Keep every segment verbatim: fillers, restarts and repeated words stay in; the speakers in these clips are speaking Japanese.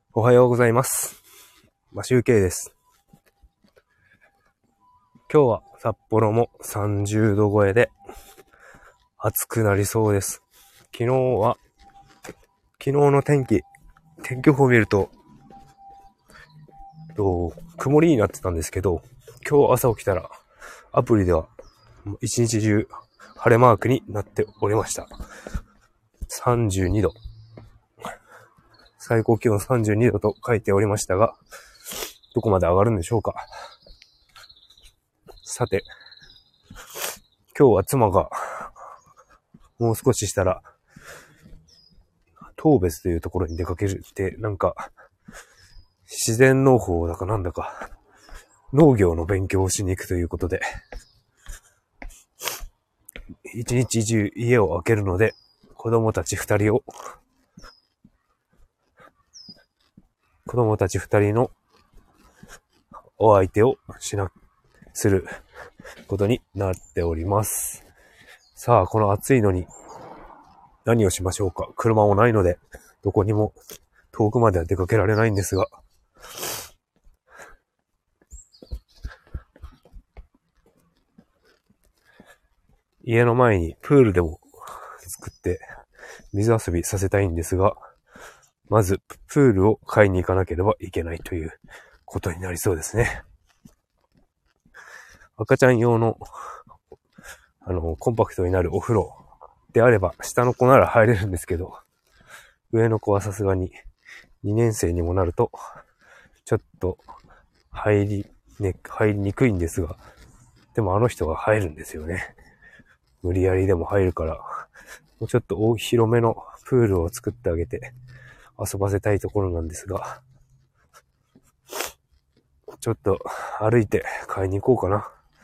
おはようございます。マシュウケイです。今日は札幌もさんじゅうど超えで暑くなりそうです。昨日は、昨日の天気、天気予報を見ると、と曇りになってたんですけど、今日朝起きたらアプリでは一日中晴れマークになっておりました。さんじゅうにど。最高気温さんじゅうにどと書いておりましたが、どこまで上がるんでしょうか。さて、今日は妻がもう少ししたら当別というところに出かけるって、なんか自然農法だかなんだか農業の勉強をしに行くということで、一日中家を空けるので、子供たち二人を子供たち二人のお相手をしなすることになっております。さあ、この暑いのに何をしましょうか。車もないのでどこにも遠くまでは出かけられないんですが、家の前にプールでも作って水遊びさせたいんですが、まずプールを買いに行かなければいけないということになりそうですね。赤ちゃん用のあのコンパクトになるお風呂であれば下の子なら入れるんですけど、上の子はさすがににねん生にもなるとちょっと入りね入りにくいんですが、でもあの人が入るんですよね。無理やりでも入るから、もうちょっと大広めのプールを作ってあげて遊ばせたいところなんですが、ちょっと歩いて買いに行こうかな。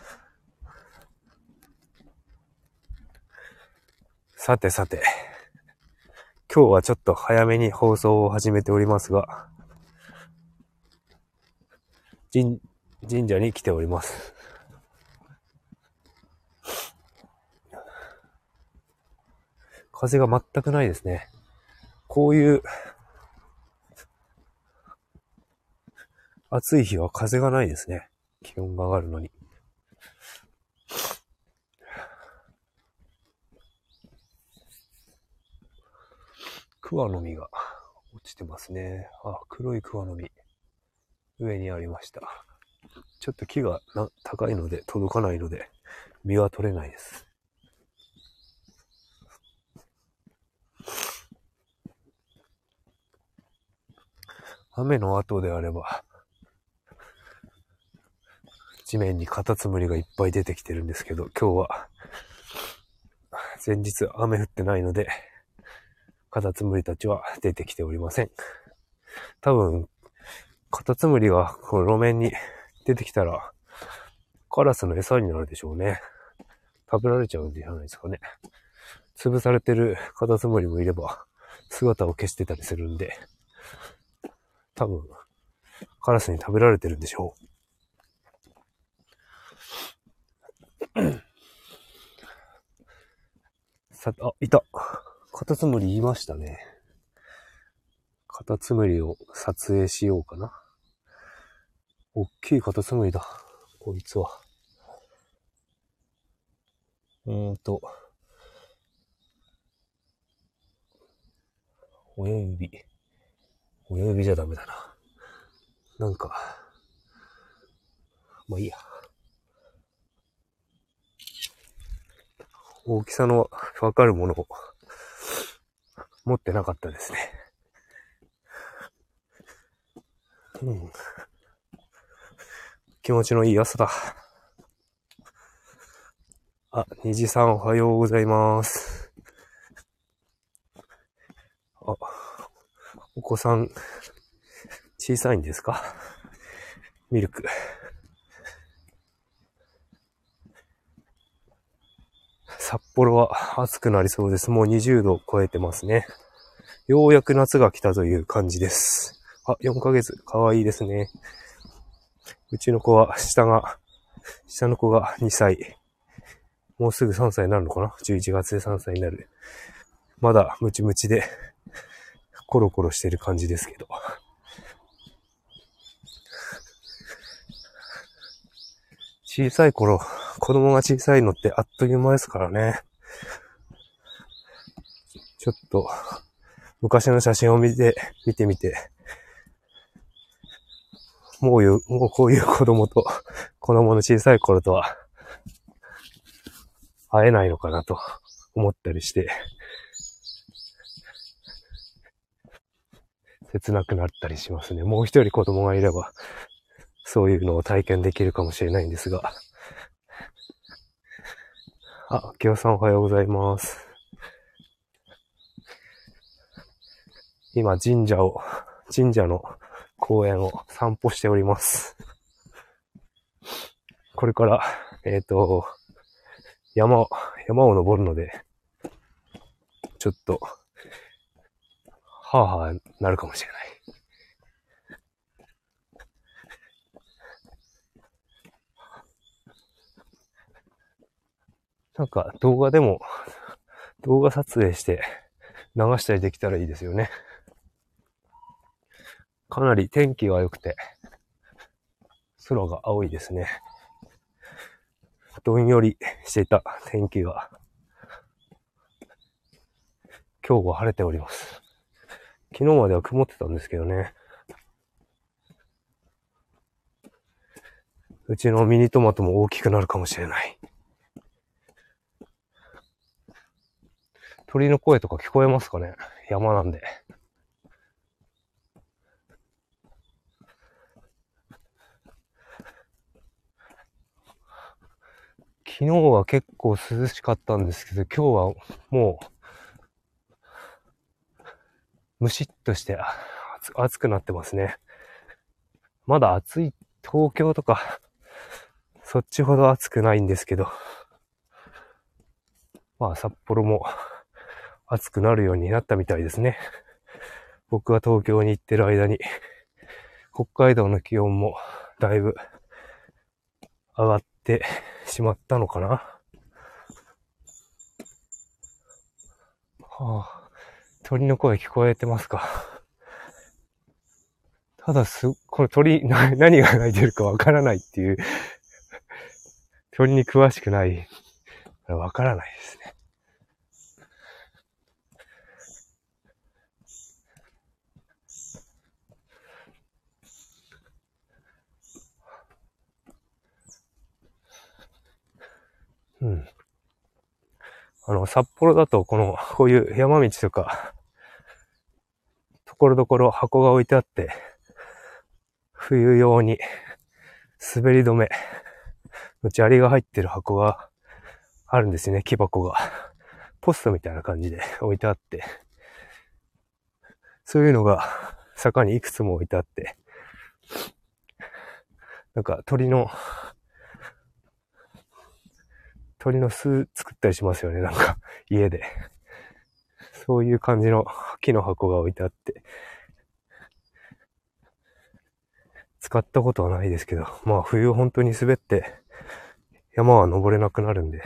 さてさて、今日はちょっと早めに放送を始めておりますが、神、神社に来ております。風が全くないですね。こういう暑い日は風がないですね。気温が上がるのに。桑の実が落ちてますね。あ、黒い桑の実。上にありました。ちょっと木がな高いので届かないので実は取れないです。雨の後であれば地面にカタツムリがいっぱい出てきてるんですけど、今日は前日雨降ってないのでカタツムリたちは出てきておりません。多分カタツムリがこの路面に出てきたらカラスの餌になるでしょうね。食べられちゃうんじゃないですかね。潰されてるカタツムリもいれば姿を消してたりするんで、多分カラスに食べられてるんでしょう。さあ、いた。カタツムリいましたね。カタツムリを撮影しようかな。おっきいカタツムリだ。こいつは。うーんと。親指。親指じゃダメだな。なんか。まあいいや。大きさのわかるものを持ってなかったですね。うん。気持ちのいい朝だ。あ、虹さんおはようございます。あ、お子さん小さいんですか？ミルク。札幌は暑くなりそうです。もうにじゅうど超えてますね。ようやく夏が来たという感じです。あ、よんかげつ。かわいいですね。うちの子は、下が、下の子がにさい。もうすぐさんさいになるのかな？ じゅういち 月でさんさいになる。まだムチムチで、コロコロしてる感じですけど。 小さい頃、子供が小さいのってあっという間ですからね。ちょっと、昔の写真を見て、見てみて、もういう、もうこういう子供と、子供の小さい頃とは、会えないのかなと思ったりして、切なくなったりしますね。もう一人子供がいれば、そういうのを体験できるかもしれないんですが。あ、きよさんおはようございます。今神社を、神社の公園を散歩しております。これから、えっと、山を、山を登るので、ちょっと、はぁはぁなるかもしれない。なんか動画でも、動画撮影して流したりできたらいいですよね。かなり天気が良くて、空が青いですね。どんよりしていた天気が、今日は晴れております。昨日までは曇ってたんですけどね。うちのミニトマトも大きくなるかもしれない。鳥の声とか聞こえますかね？山なんで。昨日は結構涼しかったんですけど、今日はもう、むしっとして暑くなってますね。まだ暑い、東京とか、そっちほど暑くないんですけど、まあ札幌も暑くなるようになったみたいですね。僕が東京に行ってる間に、北海道の気温もだいぶ上がってしまったのかな。はあ、鳥の声聞こえてますか？ただす、この鳥、何が鳴いてるかわからないっていう、鳥に詳しくない、わからないですね。うん。あの、札幌だと、この、こういう山道とか、ところどころ箱が置いてあって、冬用に滑り止めの砂利が入ってる箱があるんですよね、木箱が。ポストみたいな感じで置いてあって、そういうのが坂にいくつも置いてあって、なんか鳥の、鳥の巣作ったりしますよね、なんか家で。そういう感じの木の箱が置いてあって、使ったことはないですけど、まあ冬本当に滑って山は登れなくなるんで、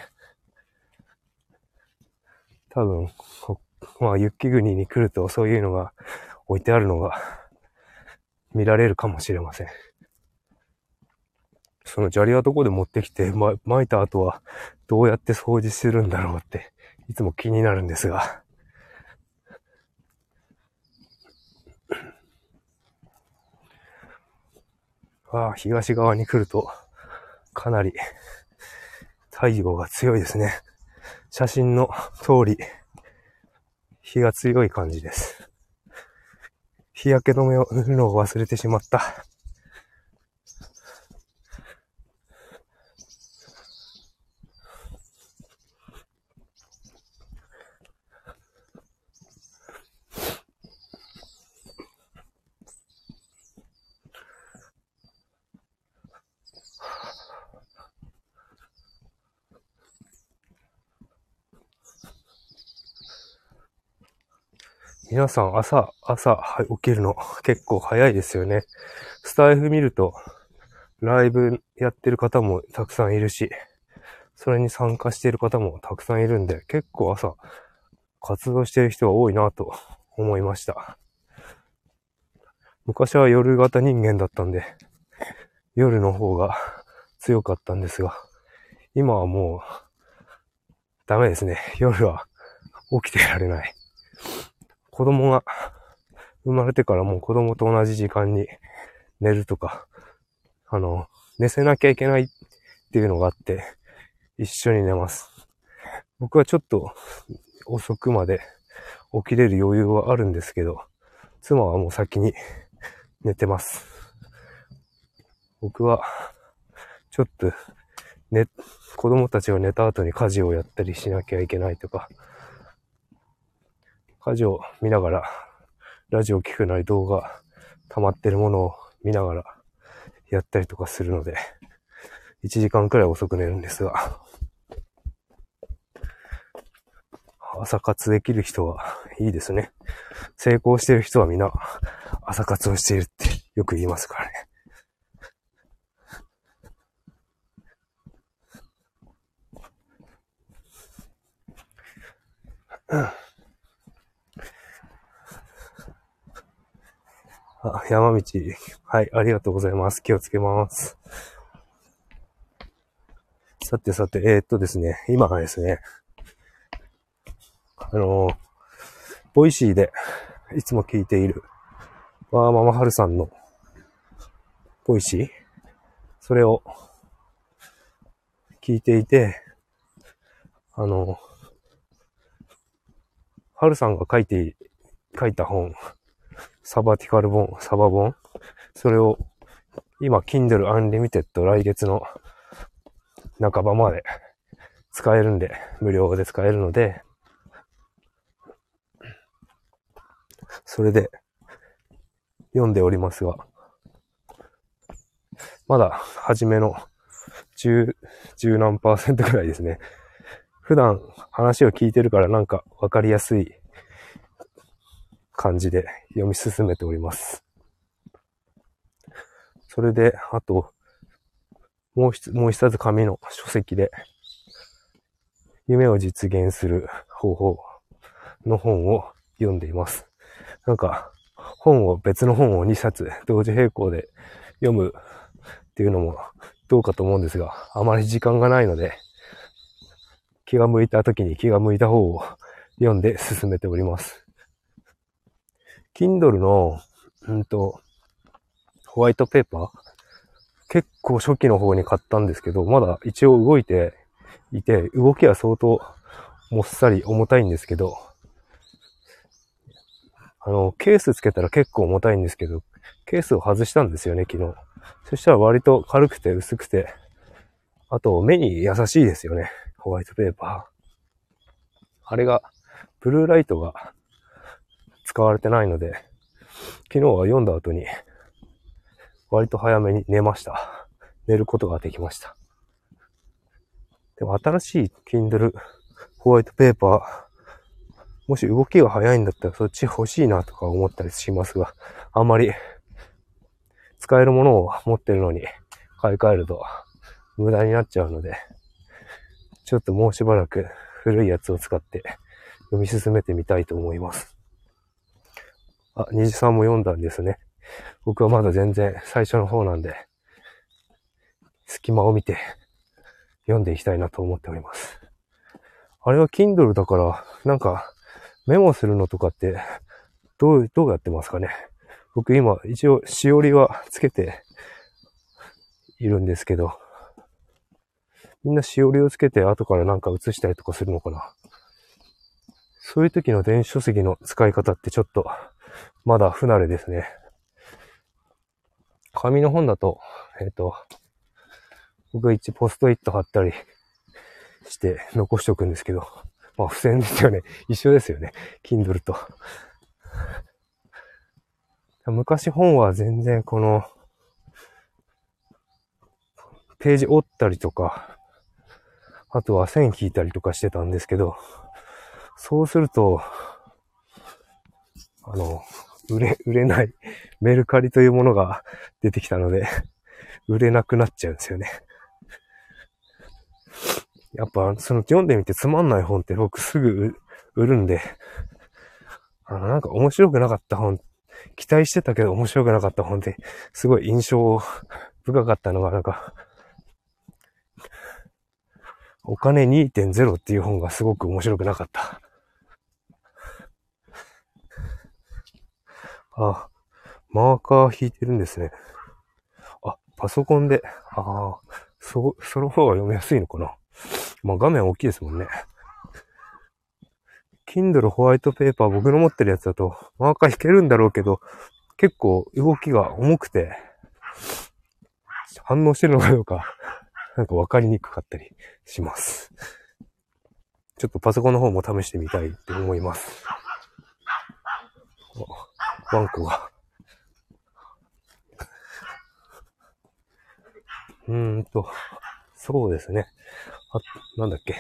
多分、まあ雪国に来るとそういうのが置いてあるのが見られるかもしれません。その砂利はどこで持ってきて、ま、撒いた後はどうやって掃除するんだろうっていつも気になるんですが。ああ、東側に来るとかなり太陽が強いですね。写真の通り日が強い感じです。日焼け止めを塗るのを忘れてしまった。皆さん朝、朝起きるの結構早いですよね。スタイフ見るとライブやってる方もたくさんいるし、それに参加している方もたくさんいるんで、結構朝活動している人が多いなと思いました。昔は夜型人間だったんで、夜の方が強かったんですが、今はもうダメですね。夜は起きてられない。子供が生まれてからもう子供と同じ時間に寝るとか、あの、寝せなきゃいけないっていうのがあって、一緒に寝ます。僕はちょっと遅くまで起きれる余裕はあるんですけど、妻はもう先に寝てます。僕はちょっとね、子供たちが寝た後に家事をやったりしなきゃいけないとか、家事を見ながらラジオを聞くなり動画溜まってるものを見ながらやったりとかするので、いちじかんくらい遅く寝るんですが、朝活できる人はいいですね。成功してる人はみんな朝活をしているってよく言いますからね。あ、山道。はい、ありがとうございます。気をつけます。さてさて、えー、っとですね、今はですね、あのー、ボイシーでいつも聞いているワーママハルさんのボイシー、それを聞いていて、あのー、ハルさんが書いて、書いた本、サバティカル本、サバ本、それを今 Kindle Unlimited 来月の半ばまで使えるんで、無料で使えるので、それで読んでおりますが、まだ初めの十、十何パーセントくらいですね。普段話を聞いてるからなんかわかりやすい感じで読み進めております。それで、あと、もう一つ、もう一つ紙の書籍で、夢を実現する方法の本を読んでいます。なんか、本を、別の本をにさつ同時並行で読むっていうのもどうかと思うんですが、あまり時間がないので、気が向いた時に気が向いた方を読んで進めております。Kindle の、うんと、ホワイトペーパー結構初期の方に買ったんですけど、まだ一応動いていて、動きは相当もっさり重たいんですけど、あの、ケースつけたら結構重たいんですけど、ケースを外したんですよね、昨日。そしたら割と軽くて薄くて、あと目に優しいですよね、ホワイトペーパー。あれが、ブルーライトが使われてないので、昨日は読んだ後に、割と早めに寝ました。寝ることができました。でも新しい Kindle ホワイトペーパー、もし動きが早いんだったらそっち欲しいなとか思ったりしますが、あんまり使えるものを持ってるのに買い替えると無駄になっちゃうので、ちょっともうしばらく古いやつを使って読み進めてみたいと思います。あ、虹さんも読んだんですね。僕はまだ全然最初の方なんで、隙間を見て読んでいきたいなと思っております。あれは Kindle だから、なんかメモするのとかってどう、どうやってますかね。僕今一応しおりはつけているんですけど、みんなしおりをつけて後からなんか写したりとかするのかな。そういう時の電子書籍の使い方ってちょっとまだ不慣れですね。紙の本だと、えっと、僕は一ポストイット貼ったりして残しておくんですけど、まあ付箋ですよね。一緒ですよね。Kindle と。昔本は全然この、ページ折ったりとか、あとは線引いたりとかしてたんですけど、そうすると、あの、売れ、売れない、メルカリというものが出てきたので、売れなくなっちゃうんですよね。やっぱ、その読んでみてつまんない本って僕すぐ売るんで、あの、なんか面白くなかった本、期待してたけど面白くなかった本って、すごい印象深かったのが、なんか、 お金 にてんゼロ っていう本がすごく面白くなかった。あ、マーカー引いてるんですね。あ、パソコンで。ああ、そ、その方が読みやすいのかな。まあ画面大きいですもんね。Kindle ホワイトペーパー僕の持ってるやつだとマーカー引けるんだろうけど、結構動きが重くて、反応してるのかどうか、なんかわかりにくかったりします。ちょっとパソコンの方も試してみたいと思います。ワンコが。うーんと、そうですね。あ、なんだっけ。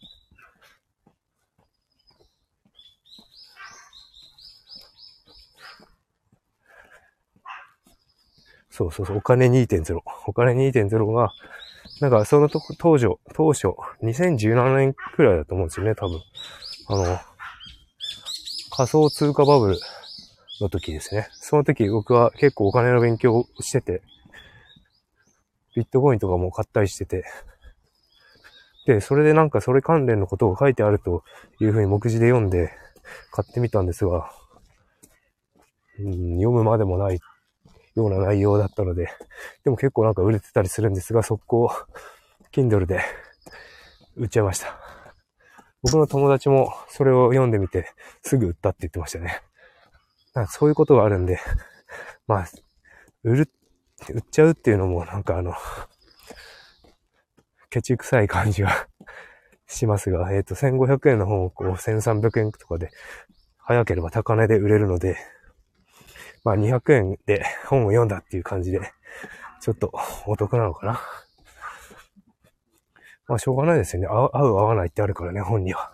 そうそうそう、お金 にてんゼロ。お金 にてんゼロ が、なんかそのと当初、当初、にせんじゅうななねんくらいだと思うんですよね、多分。あの、仮想通貨バブルの時ですね。その時僕は結構お金の勉強をしてて、ビットコインとかも買ったりしてて、で、それでなんかそれ関連のことを書いてあるというふうに目次で読んで買ってみたんですが、うん、読むまでもないような内容だったので、でも結構なんか売れてたりするんですが、速攻 Kindle で売っちゃいました。僕の友達もそれを読んでみてすぐ売ったって言ってましたね。なんかそういうことがあるんで、まあ、売る、売っちゃうっていうのもなんかあの、ケチくさい感じがしますが、えっと、せんごひゃくえんの本をこうせんさんびゃくえんとかで、早ければ高値で売れるので、まあにひゃくえんで本を読んだっていう感じで、ちょっとお得なのかな。まあしょうがないですよね。合う合わないってあるからね、本には。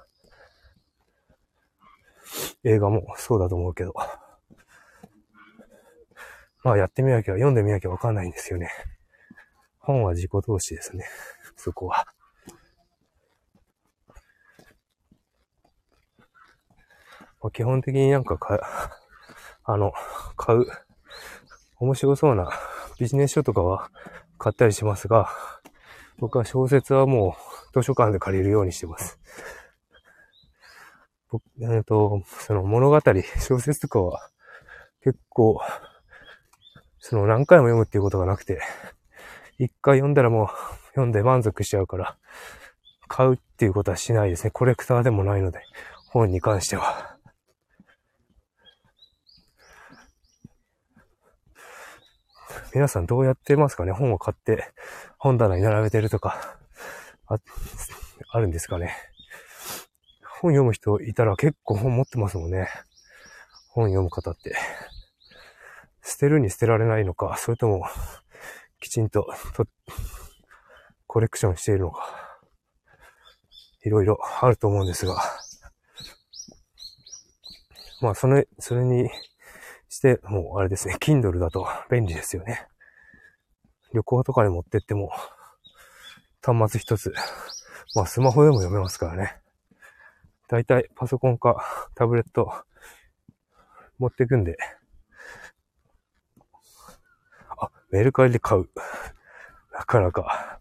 映画もそうだと思うけど。まあやってみなきゃ、読んでみなきゃわかんないんですよね。本は自己投資ですね。そこは。まあ、基本的になんかか、あの、買う、面白そうなビジネス書とかは買ったりしますが、僕は小説はもう図書館で借りるようにしてます。僕、えっと、その物語、小説とかは結構、その何回も読むっていうことがなくて、一回読んだらもう読んで満足しちゃうから、買うっていうことはしないですね。コレクターでもないので、本に関しては。皆さんどうやってますかね？本を買って本棚に並べてるとか、あ、あるんですかね？本読む人いたら結構本持ってますもんね。本読む方って。捨てるに捨てられないのか、それともきちんととコレクションしているのか、いろいろあると思うんですが、まあそれ、それにして、もうあれですね、Kindle だと便利ですよね。旅行とかに持ってっても、端末一つ、まあスマホでも読めますからね。だいたいパソコンかタブレット持ってくんで、あ、メルカリで買う。なかなか。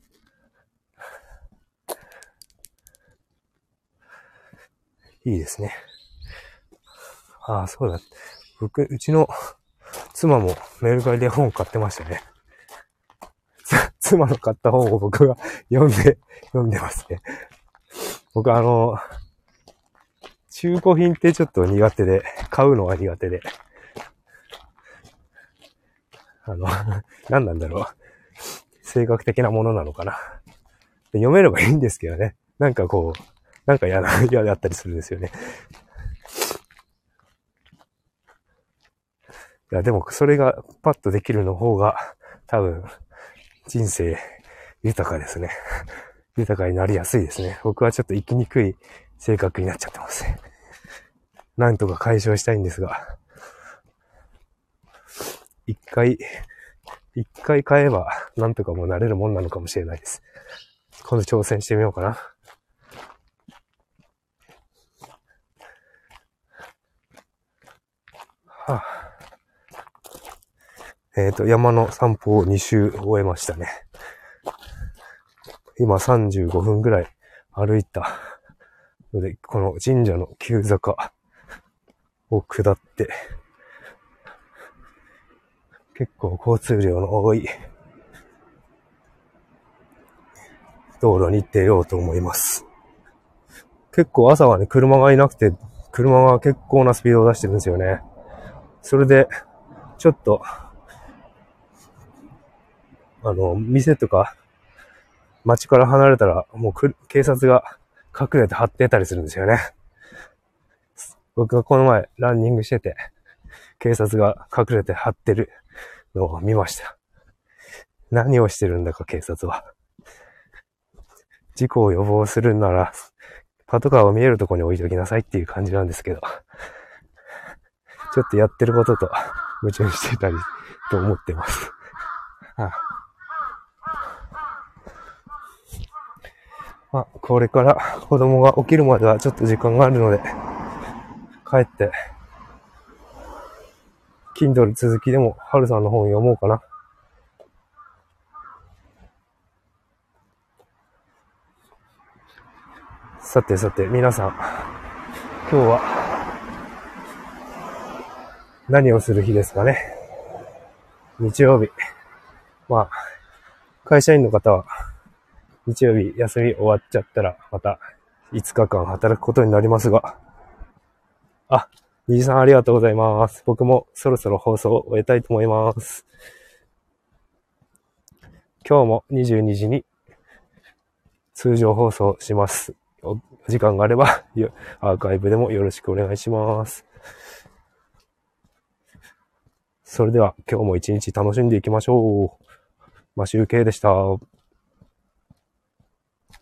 いいですね。ああ、そうだ。僕、うちの妻もメルカリで本買ってましたね。妻の買った本を僕が読んで、読んでますね。僕あの、中古品ってちょっと苦手で、買うのは苦手で。あの、何なんだろう。性格的なものなのかな。読めればいいんですけどね。なんかこう、なんか嫌な、嫌だったりするんですよね。いや、でもそれがパッとできるの方が、多分、人生豊かですね。豊かになりやすいですね。僕はちょっと生きにくい性格になっちゃってますね。なんとか解消したいんですが、一回、一回買えばなんとかもなれるもんなのかもしれないです。今度挑戦してみようかな。はあ、えっと、山の散歩をに周終えましたね。今さんじゅうごふんぐらい歩いたので、この神社の急坂を下って、結構交通量の多い道路に出ようと思います。結構朝はね、車がいなくて、車が結構なスピードを出してるんですよね。それで、ちょっと、あの、店とか、街から離れたら、もうく警察が隠れて張ってたりするんですよね。僕がこの前ランニングしてて、警察が隠れて張ってるのを見ました。何をしてるんだか、警察は。事故を予防するなら、パトカーを見えるところに置いておきなさいっていう感じなんですけど、ちょっとやってることと矛盾してたりと思ってます。はあまあ、これから子供が起きるまではちょっと時間があるので、帰って、Kindle 続きでも、はるさんの本読もうかな。さてさて、皆さん、今日は、何をする日ですかね。日曜日。まあ、会社員の方は、日曜日休み終わっちゃったら、またいつかかん働くことになりますが、あ、にじさんありがとうございます。僕もそろそろ放送を終えたいと思います。今日もにじゅうにじに通常放送します。お時間があればアーカイブでもよろしくお願いします。それでは今日も一日楽しんでいきましょう。マシュウケイでした。